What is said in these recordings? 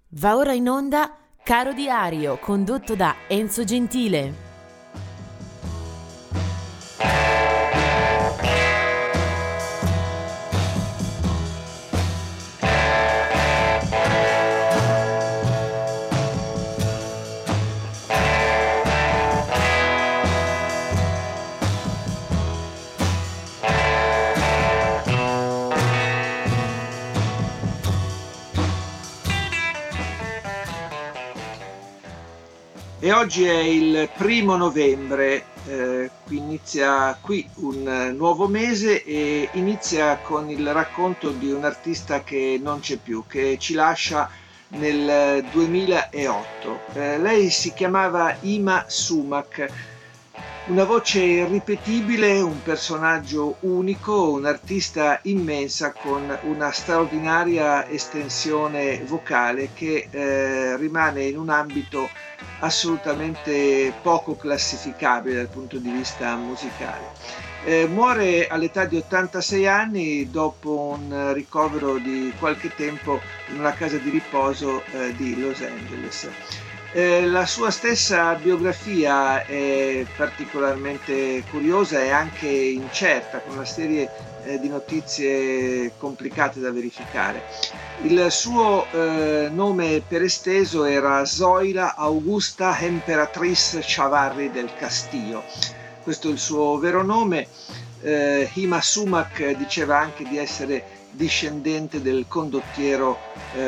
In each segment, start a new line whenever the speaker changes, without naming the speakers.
Va ora in onda Caro Diario, condotto da Enzo Gentile.
E oggi è il 1° novembre, inizia qui un nuovo mese e inizia con il racconto di un artista che non c'è più, che ci lascia nel 2008. Lei si chiamava Ima Sumac, una voce irripetibile, un personaggio unico, un'artista immensa con una straordinaria estensione vocale che rimane in un ambito assolutamente poco classificabile dal punto di vista musicale. Muore all'età di 86 anni dopo un ricovero di qualche tempo in una casa di riposo di Los Angeles. La sua stessa biografia è particolarmente curiosa e anche incerta, con una serie di notizie complicate da verificare. Il suo nome per esteso era Zoila Augusta Emperatriz Chavarri del Castillo. Questo è il suo vero nome. Ima Sumac diceva anche di essere discendente del condottiero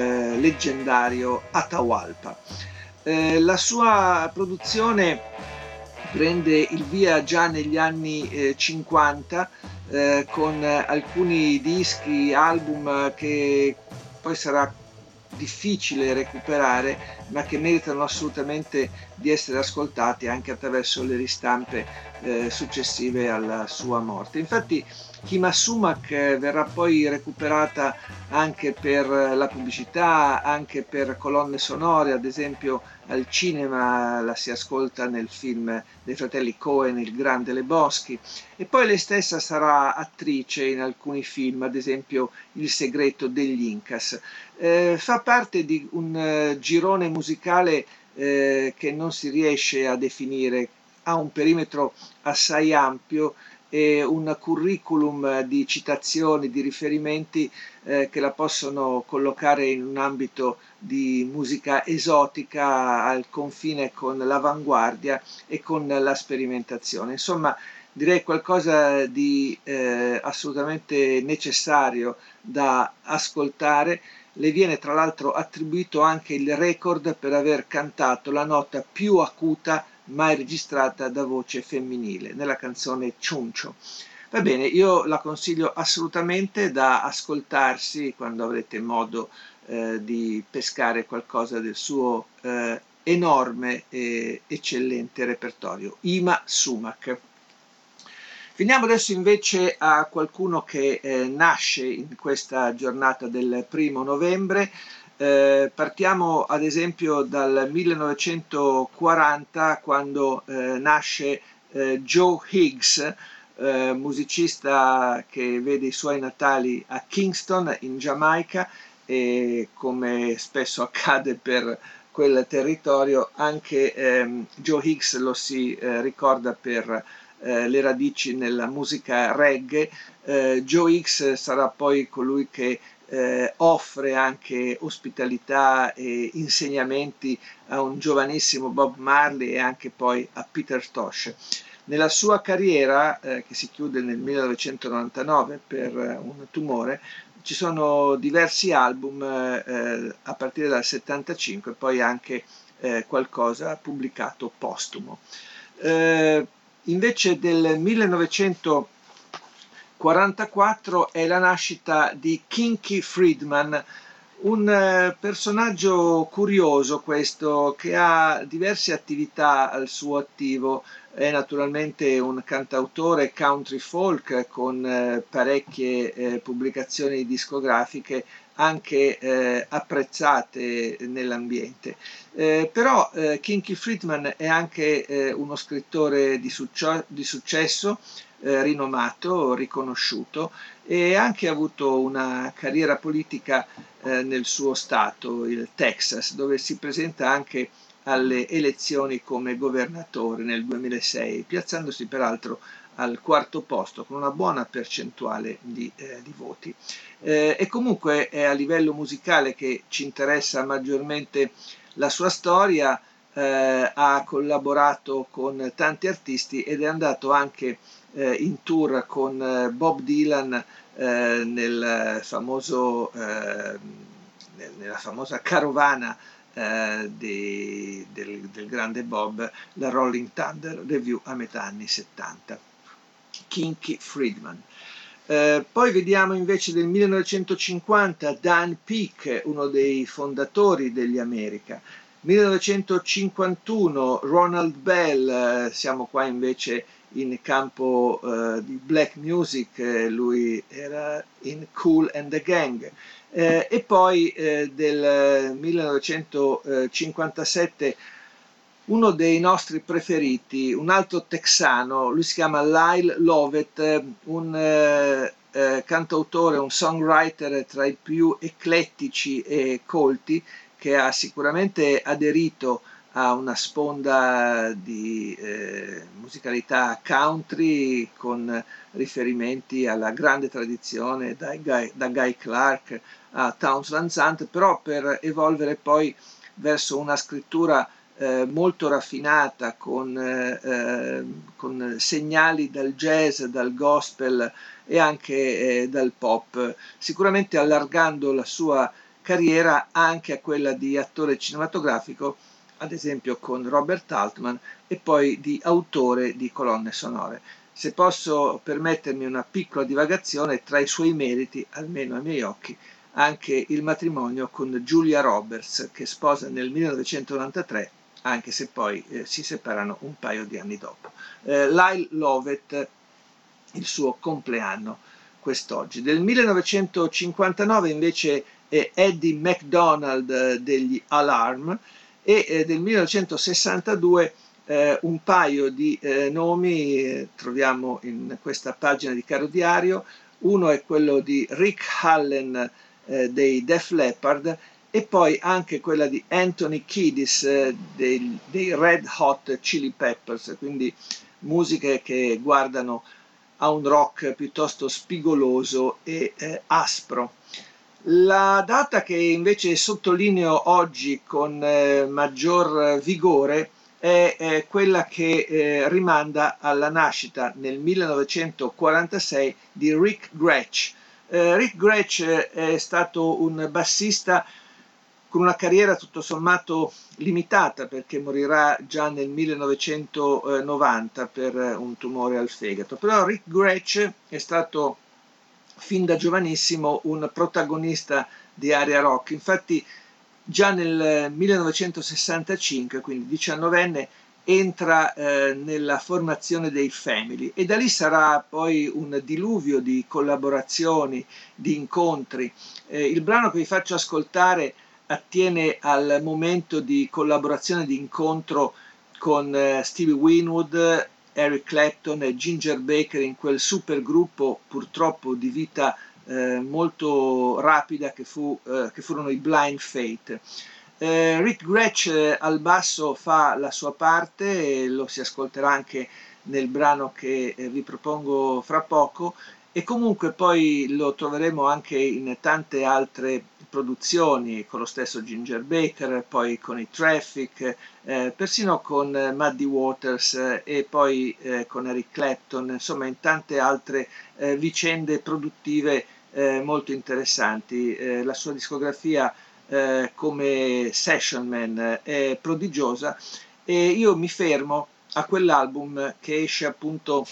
leggendario Atahualpa. La sua produzione prende il via già negli anni 50 con alcuni dischi, album che poi sarà difficile recuperare, ma che meritano assolutamente di essere ascoltati anche attraverso le ristampe successive alla sua morte. Infatti Ima Sumac verrà poi recuperata anche per la pubblicità, anche per colonne sonore, ad esempio al cinema la si ascolta nel film dei fratelli Coen, Il Grande Lebowski, e poi lei stessa sarà attrice in alcuni film, ad esempio Il segreto degli Incas. Fa parte di un girone musicale che non si riesce a definire, ha un perimetro assai ampio e un curriculum di citazioni, di riferimenti che la possono collocare in un ambito di musica esotica al confine con l'avanguardia e con la sperimentazione. Insomma, direi qualcosa di assolutamente necessario da ascoltare. Le viene tra l'altro attribuito anche il record per aver cantato la nota più acuta mai registrata da voce femminile nella canzone Ciuncio. Va bene, io la consiglio assolutamente da ascoltarsi quando avrete modo di pescare qualcosa del suo enorme e eccellente repertorio. Ima Sumac. Veniamo adesso invece a qualcuno che nasce in questa giornata del 1° novembre. Partiamo ad esempio dal 1940, quando nasce Joe Higgs, musicista che vede i suoi natali a Kingston in Giamaica, e come spesso accade per quel territorio anche Joe Higgs lo si ricorda per le radici nella musica reggae. Joe Higgs sarà poi colui che offre anche ospitalità e insegnamenti a un giovanissimo Bob Marley e anche poi a Peter Tosh. Nella sua carriera, che si chiude nel 1999 per un tumore, ci sono diversi album a partire dal 75, poi anche qualcosa pubblicato postumo. Invece del 1944 è la nascita di Kinky Friedman, un personaggio curioso questo, che ha diverse attività al suo attivo. È naturalmente un cantautore country folk con parecchie pubblicazioni discografiche anche apprezzate nell'ambiente. Però Kinky Friedman è anche uno scrittore di successo, rinomato, riconosciuto, e ha anche avuto una carriera politica nel suo stato, il Texas, dove si presenta anche alle elezioni come governatore nel 2006, piazzandosi peraltro al quarto posto con una buona percentuale di voti. E comunque è a livello musicale che ci interessa maggiormente la sua storia. Ha collaborato con tanti artisti ed è andato anche in tour con Bob Dylan nella famosa carovana del grande Bob, la Rolling Thunder Revue a metà anni 70. Kinky Friedman. Poi vediamo invece del 1950 Dan Peek, uno dei fondatori degli America. 1951 Ronald Bell, siamo qua invece in campo di black music, lui era in Kool and the Gang. E poi del 1957 uno dei nostri preferiti, un altro texano, lui si chiama Lyle Lovett, un cantautore, un songwriter tra i più eclettici e colti, che ha sicuramente aderito a una sponda di musicalità country con riferimenti alla grande tradizione da Guy Clark a Townes Van Zandt, però per evolvere poi verso una scrittura molto raffinata con segnali dal jazz, dal gospel e anche dal pop, sicuramente allargando la sua carriera anche a quella di attore cinematografico, ad esempio con Robert Altman, e poi di autore di colonne sonore. Se posso permettermi una piccola divagazione, tra i suoi meriti, almeno ai miei occhi, anche il matrimonio con Julia Roberts, che sposa nel 1993, anche se poi si separano un paio di anni dopo. Lyle Lovett, il suo compleanno quest'oggi. Del 1959 invece è Eddie McDonald degli Alarm, e del 1962 un paio di nomi troviamo in questa pagina di Caro Diario. Uno è quello di Rick Allen dei Def Leppard, e poi anche quella di Anthony Kiedis dei Red Hot Chili Peppers, quindi musiche che guardano a un rock piuttosto spigoloso e aspro. La data che invece sottolineo oggi con maggior vigore è quella che rimanda alla nascita nel 1946 di Rick Gretsch. Rick Gretsch è stato un bassista con una carriera tutto sommato limitata, perché morirà già nel 1990 per un tumore al fegato. Però Rick Gretsch è stato fin da giovanissimo un protagonista di area rock. Infatti già nel 1965, quindi 19enne, entra nella formazione dei Family, e da lì sarà poi un diluvio di collaborazioni, di incontri. Il brano che vi faccio ascoltare attiene al momento di collaborazione, di incontro con Stevie Winwood, Eric Clapton e Ginger Baker, in quel super gruppo purtroppo di vita molto rapida che furono i Blind Fate. Rick Gretsch al basso fa la sua parte, e lo si ascolterà anche nel brano che vi propongo fra poco, e comunque poi lo troveremo anche in tante altre produzioni con lo stesso Ginger Baker, poi con i Traffic, persino con Muddy Waters e poi con Eric Clapton, insomma in tante altre vicende produttive molto interessanti. La sua discografia come session man è prodigiosa, e io mi fermo a quell'album che esce appunto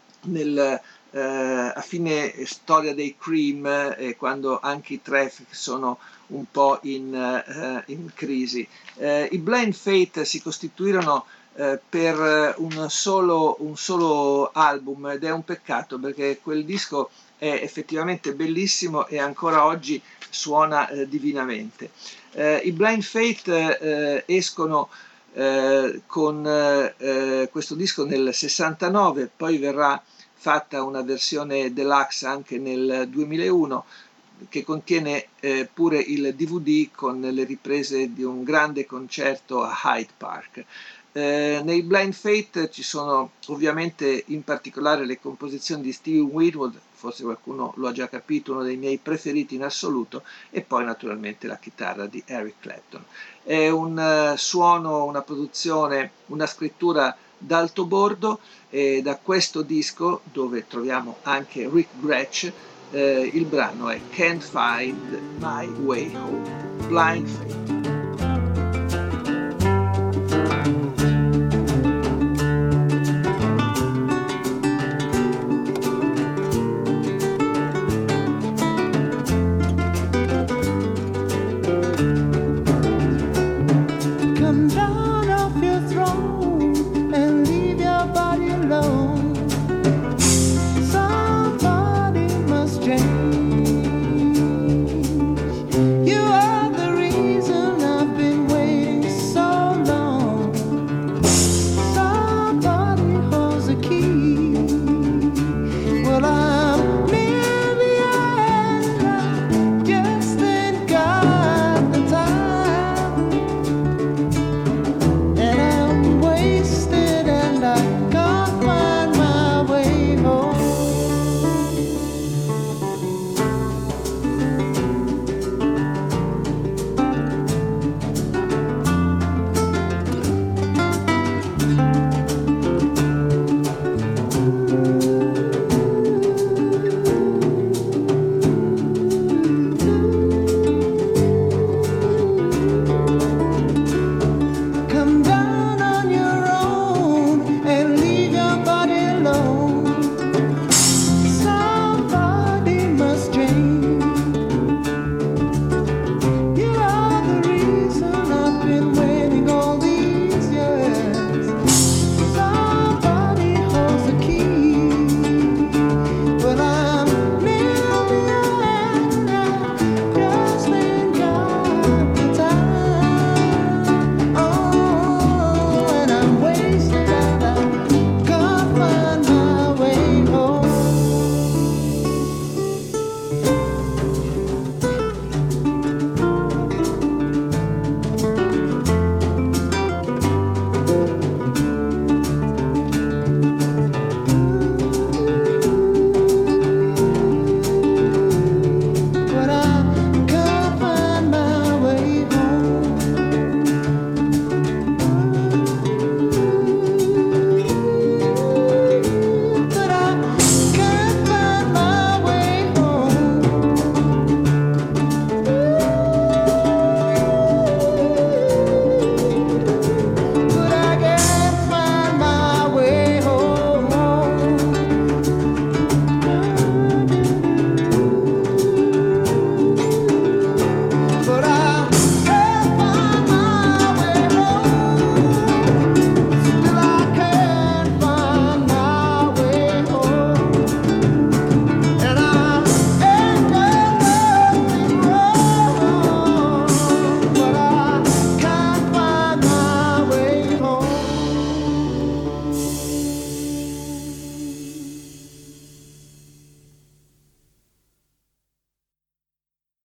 a fine storia dei Cream, quando anche i Traffic sono un po' in crisi. I Blind Fate si costituirono per un solo album, ed è un peccato, perché quel disco è effettivamente bellissimo e ancora oggi suona divinamente. I Blind Fate escono con questo disco nel 69, poi verrà fatta una versione deluxe anche nel 2001, che contiene pure il DVD con le riprese di un grande concerto a Hyde Park. Nei Blind Faith ci sono ovviamente in particolare le composizioni di Stevie Winwood, forse qualcuno lo ha già capito, uno dei miei preferiti in assoluto, e poi naturalmente la chitarra di Eric Clapton. È un suono, una produzione, una scrittura d'alto bordo, e da questo disco, dove troviamo anche Rick Gretsch, il brano è Can't Find My Way Home, Blind Faith.
Come down off your throne and leave your body alone.